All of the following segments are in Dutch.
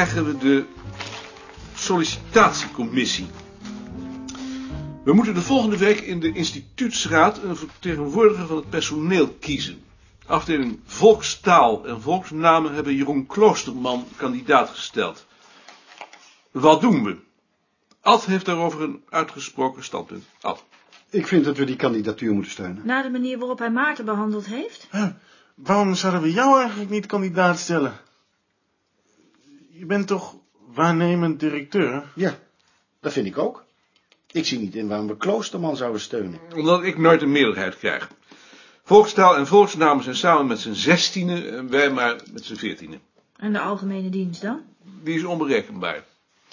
krijgen we de sollicitatiecommissie. We moeten de volgende week in de instituutsraad een vertegenwoordiger van het personeel kiezen. Afdeling Volkstaal en Volksnamen hebben Jeroen Kloosterman kandidaat gesteld. Wat doen we? Ad heeft daarover een uitgesproken standpunt. Ad. Ik vind dat we die kandidatuur moeten steunen. Na de manier waarop hij Maarten behandeld heeft? Waarom zouden we jou eigenlijk niet kandidaat stellen? Je bent toch waarnemend directeur? Ja, dat vind ik ook. Ik zie niet in waarom we Kloosterman zouden steunen. Omdat ik nooit een meerderheid krijg. Volkstaal en Volksnamen zijn samen met z'n 16e en wij maar met z'n 14e. En de algemene dienst dan? Die is onberekenbaar.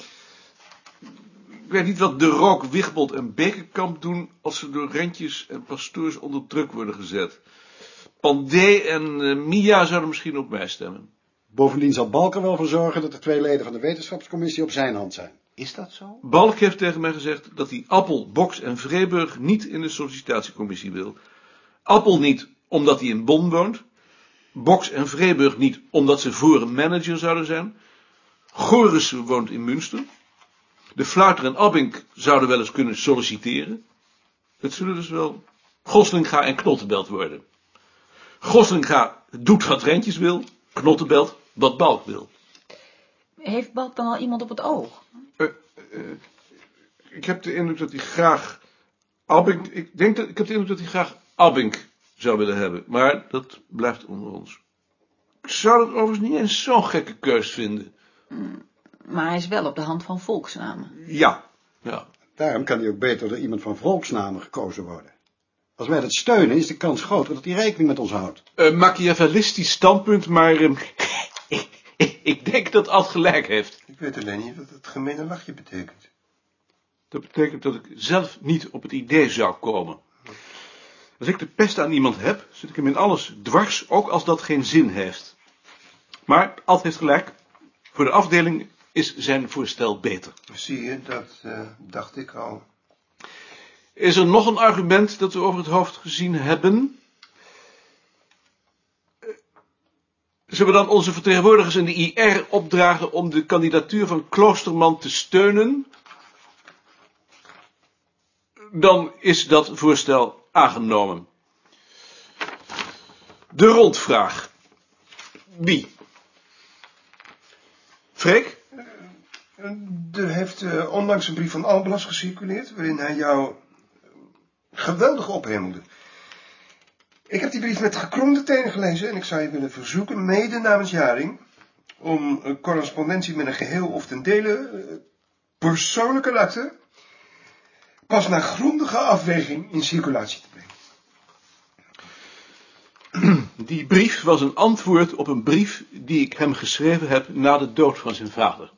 Ik weet niet wat De Rook, Wigbold en Bekenkamp doen als ze door Rentjes en Pastoors onder druk worden gezet. Pandé en Mia zouden misschien op mij stemmen. Bovendien zal Balk er wel voor zorgen dat de 2 leden van de wetenschapscommissie op zijn hand zijn. Is dat zo? Balk heeft tegen mij gezegd dat hij Appel, Boks en Vreeburg niet in de sollicitatiecommissie wil. Appel niet omdat hij in Bonn woont. Boks en Vreeburg niet omdat ze voor een manager zouden zijn. Gorissen woont in Münster. De Fluiter en Abink zouden wel eens kunnen solliciteren. Het zullen dus wel Goslinga en Knottenbelt worden. Goslinga doet wat Rentjes wil, Knottenbelt wat Balk wil. Heeft Balk dan al iemand op het oog? Ik heb de indruk dat hij graag Abink... Ik heb de indruk dat hij graag Abink zou willen hebben. Maar dat blijft onder ons. Ik zou het overigens niet eens zo'n gekke keus vinden. Maar hij is wel op de hand van volksnamen. Ja. Daarom kan hij ook beter door iemand van Volksnamen gekozen worden. Als wij dat steunen, is de kans groter dat hij rekening met ons houdt. Machiavellistisch standpunt, maar ik denk dat Ad gelijk heeft. Ik weet alleen niet wat het gemene lachje betekent. Dat betekent dat ik zelf niet op het idee zou komen. Als ik de pest aan iemand heb, zit ik hem in alles dwars, ook als dat geen zin heeft. Maar Ad heeft gelijk. Voor de afdeling is zijn voorstel beter. Zie je, dat dacht ik al. Is er nog een argument dat we over het hoofd gezien hebben? Zullen we dan onze vertegenwoordigers in de IR opdragen om de kandidatuur van Kloosterman te steunen? Dan is dat voorstel aangenomen. De rondvraag. Wie? Freek? Er heeft onlangs een brief van Alblas gecirculeerd, waarin hij jou geweldig ophemelde. Ik heb die brief met gekromde tenen gelezen en ik zou je willen verzoeken, mede namens Jaring, om een correspondentie met een geheel of ten dele persoonlijk karakter pas na grondige afweging in circulatie te brengen. Die brief was een antwoord op een brief die ik hem geschreven heb na de dood van zijn vader.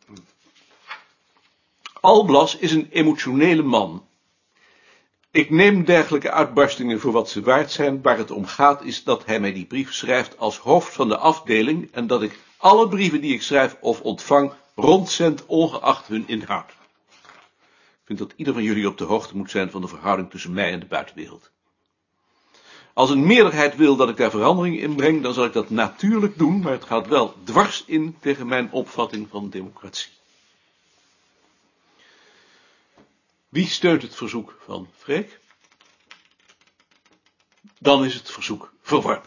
Alblas is een emotionele man. Ik neem dergelijke uitbarstingen voor wat ze waard zijn. Waar het om gaat is dat hij mij die brief schrijft als hoofd van de afdeling en dat ik alle brieven die ik schrijf of ontvang rondzend ongeacht hun inhoud. Ik vind dat ieder van jullie op de hoogte moet zijn van de verhouding tussen mij en de buitenwereld. Als een meerderheid wil dat ik daar verandering in breng, dan zal ik dat natuurlijk doen, maar het gaat wel dwars in tegen mijn opvatting van democratie. Wie steunt het verzoek van Freek? Dan is het verzoek verworpen.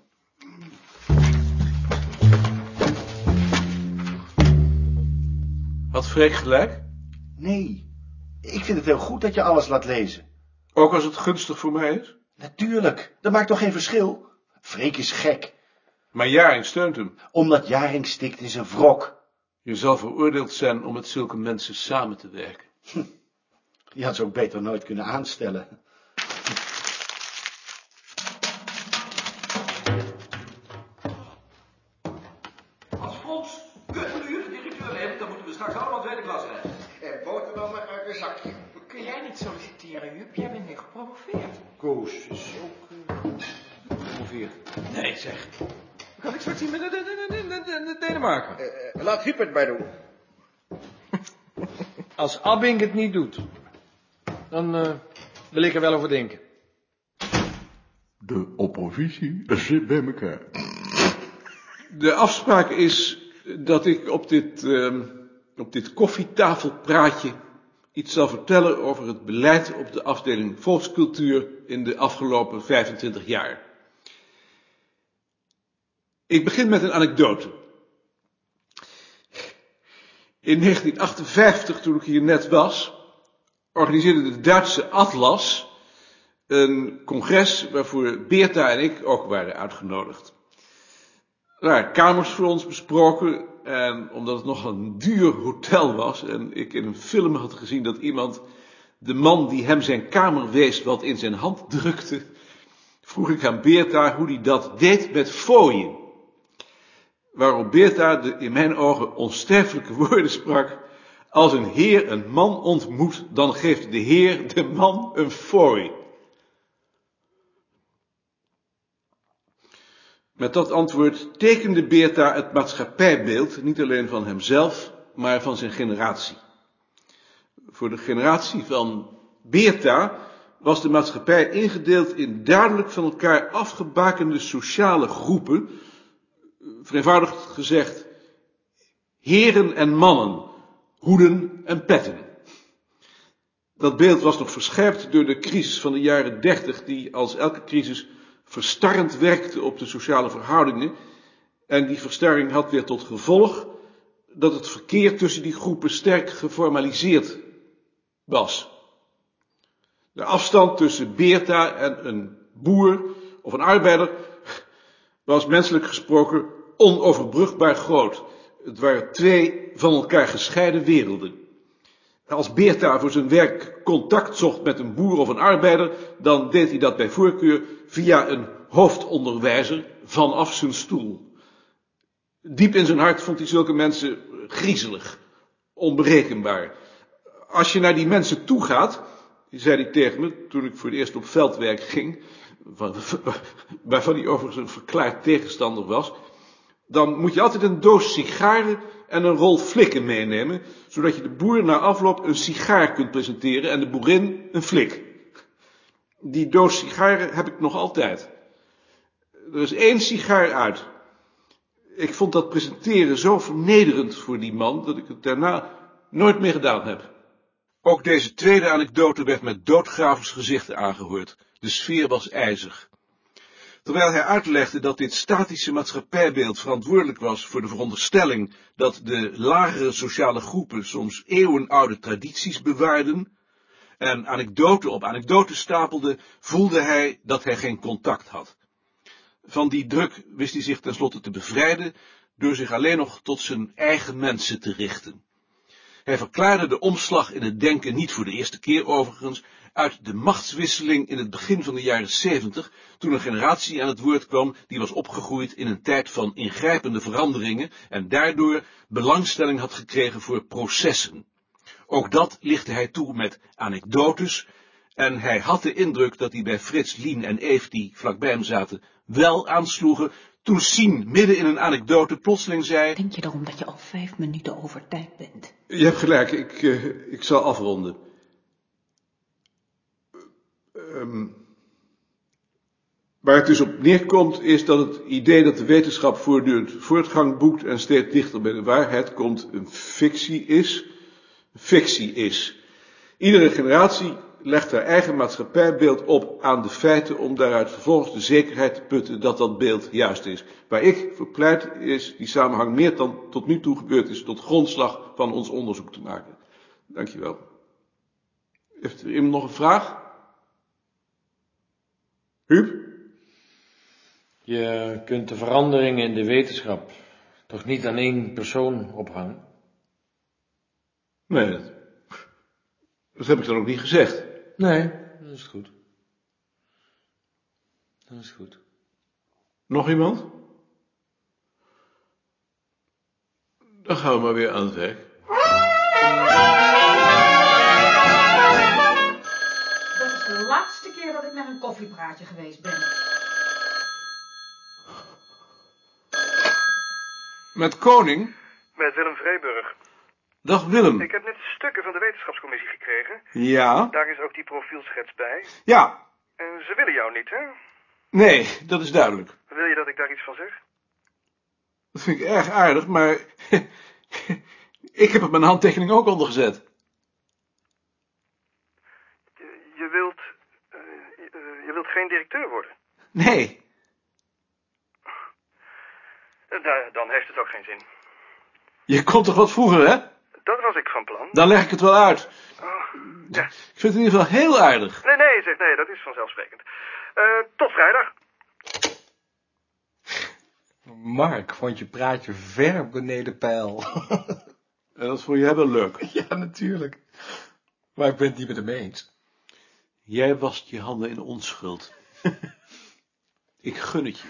Had Freek gelijk? Nee, ik vind het heel goed dat je alles laat lezen. Ook als het gunstig voor mij is? Natuurlijk, dat maakt toch geen verschil? Freek is gek. Maar Jaring steunt hem. Omdat Jaring stikt in zijn wrok. Je zal veroordeeld zijn om met zulke mensen samen te werken. Die had ze ook beter nooit kunnen aanstellen. Als Frans Kutteluur directeur neemt, dan moeten we straks allemaal tweede klas rijden. En boterham maar uit een zakje. Kun jij niet solliciteren, Huub? Jij bent nu gepromoveerd. Koos is ook gepromoveerd. Nee, zeg. Kan ik straks zien met de Denemarken? Laat Huub het maar doen. Als Abink het niet doet, dan wil ik er wel over denken. De oppositie zit bij elkaar. De afspraak is dat ik op dit koffietafelpraatje iets zal vertellen over het beleid op de afdeling volkscultuur in de afgelopen 25 jaar. Ik begin met een anekdote. In 1958, toen ik hier net was, organiseerde de Duitse Atlas een congres waarvoor Beerta en ik ook waren uitgenodigd. Er waren kamers voor ons besproken en omdat het nogal een duur hotel was en ik in een film had gezien dat iemand de man die hem zijn kamer wees wat in zijn hand drukte, vroeg ik aan Beerta hoe hij dat deed met fooien. Waarop Beerta de in mijn ogen onsterfelijke woorden sprak: als een heer een man ontmoet, dan geeft de heer de man een fooi. Met dat antwoord tekende Beerta het maatschappijbeeld, niet alleen van hemzelf, maar van zijn generatie. Voor de generatie van Beerta was de maatschappij ingedeeld in duidelijk van elkaar afgebakende sociale groepen, vereenvoudigd gezegd, heren en mannen, hoeden en petten. Dat beeld was nog verscherpt door de crisis van de jaren 30, die als elke crisis verstarrend werkte op de sociale verhoudingen, en die verstarring had weer tot gevolg dat het verkeer tussen die groepen sterk geformaliseerd was. De afstand tussen Beerta en een boer of een arbeider was menselijk gesproken onoverbrugbaar groot. Het waren twee van elkaar gescheiden werelden. Als Beerta voor zijn werk contact zocht met een boer of een arbeider, dan deed hij dat bij voorkeur via een hoofdonderwijzer vanaf zijn stoel. Diep in zijn hart vond hij zulke mensen griezelig, onberekenbaar. Als je naar die mensen toe gaat, zei hij tegen me toen ik voor het eerst op veldwerk ging, waarvan hij overigens een verklaard tegenstander was, dan moet je altijd een doos sigaren en een rol flikken meenemen, zodat je de boer na afloop een sigaar kunt presenteren en de boerin een flik. Die doos sigaren heb ik nog altijd. Er is 1 sigaar uit. Ik vond dat presenteren zo vernederend voor die man, dat ik het daarna nooit meer gedaan heb. Ook deze tweede anekdote werd met doodgraversgezichten aangehoord. De sfeer was ijzig. Terwijl hij uitlegde dat dit statische maatschappijbeeld verantwoordelijk was voor de veronderstelling dat de lagere sociale groepen soms eeuwenoude tradities bewaarden en anekdote op anekdote stapelde, voelde hij dat hij geen contact had. Van die druk wist hij zich tenslotte te bevrijden door zich alleen nog tot zijn eigen mensen te richten. Hij verklaarde de omslag in het denken niet voor de eerste keer overigens uit de machtswisseling in het begin van de jaren 70, toen een generatie aan het woord kwam die was opgegroeid in een tijd van ingrijpende veranderingen en daardoor belangstelling had gekregen voor processen. Ook dat lichtte hij toe met anekdotes en hij had de indruk dat hij bij Frits, Lien en Eve, die vlakbij hem zaten, wel aansloegen, toen Sien midden in een anekdote plotseling zei: Denk je erom dat je al 5 minuten over tijd bent? Je hebt gelijk, ik zal afronden. Waar het dus op neerkomt is dat het idee dat de wetenschap voortdurend voortgang boekt en steeds dichter bij de waarheid komt een fictie is. Iedere generatie legt haar eigen maatschappijbeeld op aan de feiten om daaruit vervolgens de zekerheid te putten dat dat beeld juist is. Waar ik voor pleit is die samenhang meer dan tot nu toe gebeurd is tot grondslag van ons onderzoek te maken. Dankjewel. Heeft er iemand nog een vraag? Huub? Je kunt de veranderingen in de wetenschap toch niet aan 1 persoon ophangen? Nee, dat heb ik dan ook niet gezegd. Nee, dat is goed. Dat is goed. Nog iemand? Dan gaan we maar weer aan het werk. Dat is de laatste keer dat ik naar een koffiepraatje geweest ben. Met Koning? Met Willem Vreeburg. Dag Willem. Ik heb net stukken van de wetenschapscommissie gekregen. Ja? Daar is ook die profielschets bij. Ja. En ze willen jou niet, hè? Nee, dat is duidelijk. Wil je dat ik daar iets van zeg? Dat vind ik erg aardig, maar ik heb er mijn handtekening ook onder gezet. Je wilt geen directeur worden? Nee. Dan heeft het ook geen zin. Je komt toch wat vroeger, hè? Dat was ik van plan. Dan leg ik het wel uit. Ja. Ik vind het in ieder geval heel aardig. Nee, dat is vanzelfsprekend. Tot vrijdag. Mark vond je praatje ver beneden peil. En dat vond jij wel leuk. Ja, natuurlijk. Maar ik ben het niet met hem eens. Jij wast je handen in onschuld. Ik gun het je.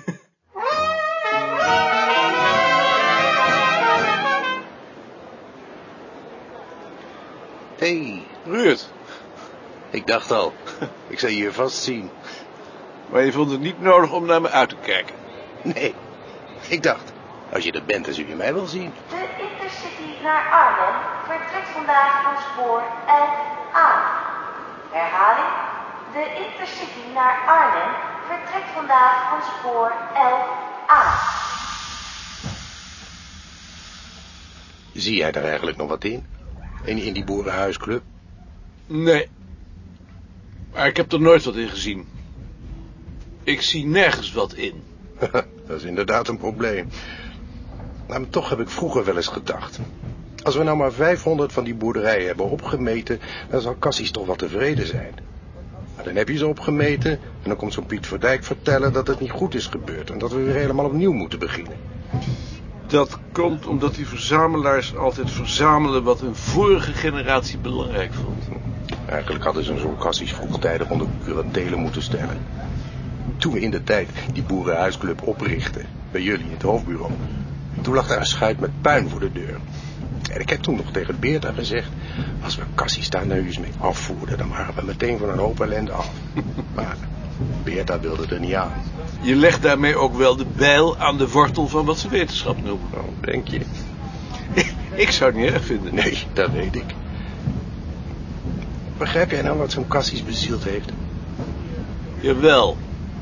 Hé, Ruud. ik dacht al. Ik zou je hier vast zien. Maar je vond het niet nodig om naar me uit te kijken. Nee, ik dacht, als je er bent, dan zul je mij wel zien. De Intercity naar Arnhem vertrekt vandaag van spoor 11A. Herhaling. De Intercity naar Arnhem vertrekt vandaag van spoor 11A. Zie jij daar eigenlijk nog wat in? In die boerenhuisclub? Nee. Maar ik heb er nooit wat in gezien. Ik zie nergens wat in. Dat is inderdaad een probleem. Maar toch heb ik vroeger wel eens gedacht. Als we nou maar 500 van die boerderijen hebben opgemeten, dan zal Cassis toch wel tevreden zijn. Maar dan heb je ze opgemeten en dan komt zo'n Piet Verdijk vertellen dat het niet goed is gebeurd en dat we weer helemaal opnieuw moeten beginnen. Dat komt omdat die verzamelaars altijd verzamelen wat een vorige generatie belangrijk vond. Eigenlijk hadden ze zo'n Cassis vroegtijdig onder curatele moeten stellen. Toen we in de tijd die boerenhuisclub oprichtten, bij jullie in het hoofdbureau, toen lag daar een schuit met puin voor de deur. En ik heb toen nog tegen Beerta gezegd, als we Cassis daar nou eens mee afvoerden, dan waren we meteen van een hoop ellende af. Maar Beerta wilde er niet aan. Je legt daarmee ook wel de bijl aan de wortel van wat ze wetenschap noemen. Nou, denk je? Ik zou het niet erg vinden. Nee, dat weet ik. Begrijp jij nou wat zo'n Cassis bezield heeft? Jawel.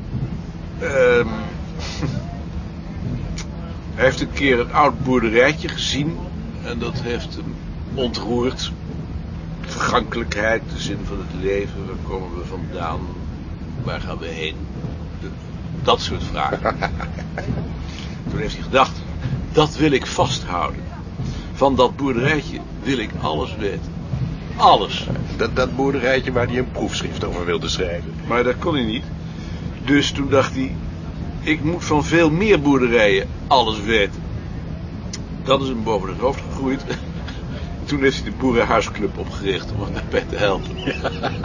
Hij heeft een keer een oud boerderijtje gezien en dat heeft hem ontroerd. Vergankelijkheid, de zin van het leven, waar komen we vandaan, waar gaan we heen? Dat soort vragen. Toen heeft hij gedacht, dat wil ik vasthouden. Van dat boerderijtje wil ik alles weten. Alles. Dat boerderijtje waar hij een proefschrift over wilde schrijven. Maar dat kon hij niet. Dus toen dacht hij, ik moet van veel meer boerderijen alles weten. Dat is hem boven het hoofd gegroeid. Toen heeft hij de boerenhuisclub opgericht om hem daarbij te helpen.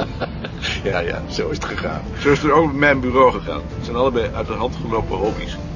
Ja, zo is het gegaan. Zo is het ook met mijn bureau gegaan. Het zijn allebei uit de hand gelopen hobby's.